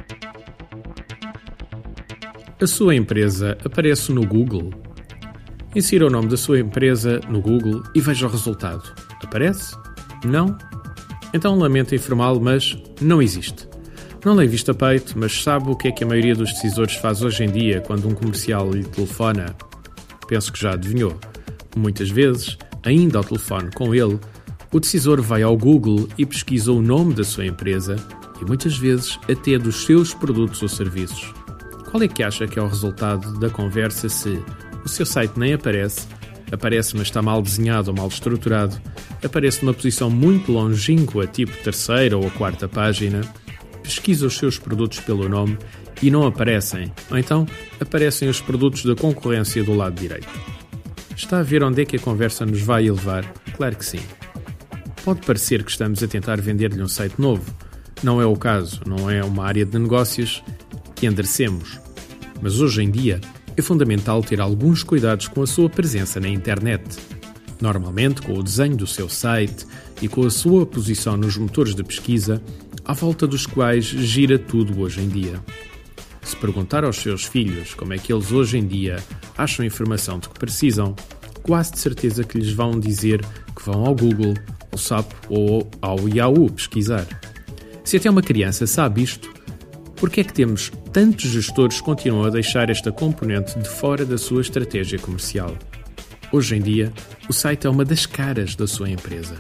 A sua empresa aparece no Google? Insira o nome da sua empresa no Google e veja o resultado. Aparece? Não? Então lamento informá-lo, mas não existe. Não lhe vista a peito, mas sabe o que é que a maioria dos decisores faz hoje em dia quando um comercial lhe telefona? Penso que já adivinhou. Muitas vezes, ainda ao telefone com ele, o decisor vai ao Google e pesquisa o nome da sua empresa e muitas vezes até dos seus produtos ou serviços. Qual é que acha que é o resultado da conversa se o seu site nem aparece, mas está mal desenhado ou mal estruturado, aparece numa posição muito longínqua, tipo terceira ou quarta página, pesquisa os seus produtos pelo nome e não aparecem, ou então aparecem os produtos da concorrência do lado direito. Está a ver onde é que a conversa nos vai levar? Claro que sim. Pode parecer que estamos a tentar vender-lhe um site novo. Não é o caso, não é uma área de negócios que enderecemos. Mas hoje em dia é fundamental ter alguns cuidados com a sua presença na internet. Normalmente com o desenho do seu site e com a sua posição nos motores de pesquisa, à volta dos quais gira tudo hoje em dia. Se perguntar aos seus filhos como é que eles hoje em dia acham a informação de que precisam, quase de certeza que lhes vão dizer que vão ao Google, ao SAP ou ao Yahoo pesquisar. Se até uma criança sabe isto, por que é que temos tantos gestores que continuam a deixar esta componente de fora da sua estratégia comercial? Hoje em dia, o site é uma das caras da sua empresa.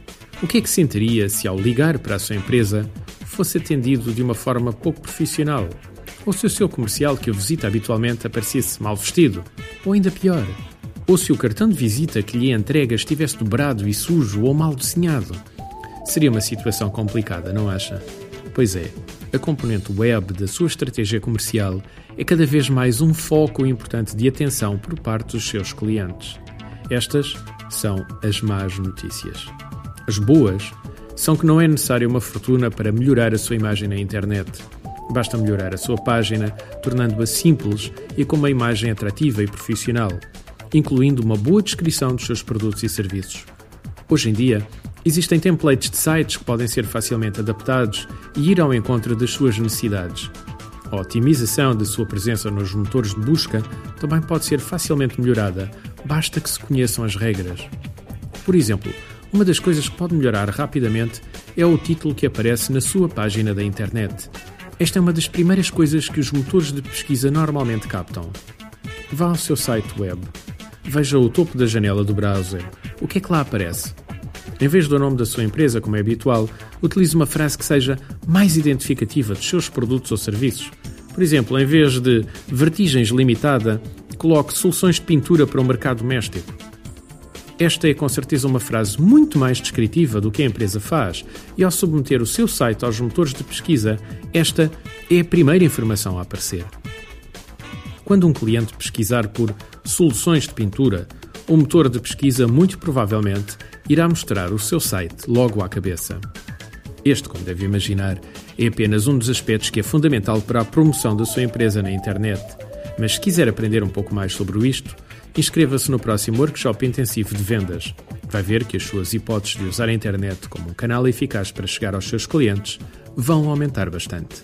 O que é que sentiria se, ao ligar para a sua empresa, fosse atendido de uma forma pouco profissional? Ou se o seu comercial que o visita habitualmente aparecesse mal vestido? Ou ainda pior, ou se o cartão de visita que lhe entrega estivesse dobrado e sujo ou mal desenhado? Seria uma situação complicada, não acha? Pois é, a componente web da sua estratégia comercial é cada vez mais um foco importante de atenção por parte dos seus clientes. Estas são as más notícias. As boas são que não é necessário uma fortuna para melhorar a sua imagem na internet. Basta melhorar a sua página, tornando-a simples e com uma imagem atrativa e profissional, incluindo uma boa descrição dos seus produtos e serviços. Hoje em dia, existem templates de sites que podem ser facilmente adaptados e ir ao encontro das suas necessidades. A otimização da sua presença nos motores de busca também pode ser facilmente melhorada, basta que se conheçam as regras. Por exemplo, uma das coisas que pode melhorar rapidamente é o título que aparece na sua página da internet. Esta é uma das primeiras coisas que os motores de pesquisa normalmente captam. Vá ao seu site web. Veja o topo da janela do browser. O que é que lá aparece? Em vez do nome da sua empresa, como é habitual, utilize uma frase que seja mais identificativa dos seus produtos ou serviços. Por exemplo, em vez de Vertigens Limitada, coloque Soluções de Pintura para o mercado doméstico. Esta é com certeza uma frase muito mais descritiva do que a empresa faz e ao submeter o seu site aos motores de pesquisa, esta é a primeira informação a aparecer. Quando um cliente pesquisar por Soluções de Pintura, o motor de pesquisa muito provavelmente irá mostrar o seu site logo à cabeça. Este, como deve imaginar, é apenas um dos aspectos que é fundamental para a promoção da sua empresa na internet. Mas se quiser aprender um pouco mais sobre isto, inscreva-se no próximo workshop intensivo de vendas. Vai ver que as suas hipóteses de usar a internet como um canal eficaz para chegar aos seus clientes vão aumentar bastante.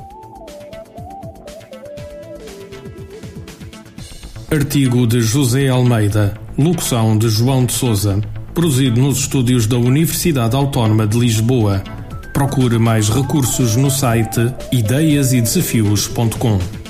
Artigo de José Almeida, locução de João de Sousa, produzido nos estúdios da Universidade Autónoma de Lisboa. Procure mais recursos no site ideiasedesafios.com.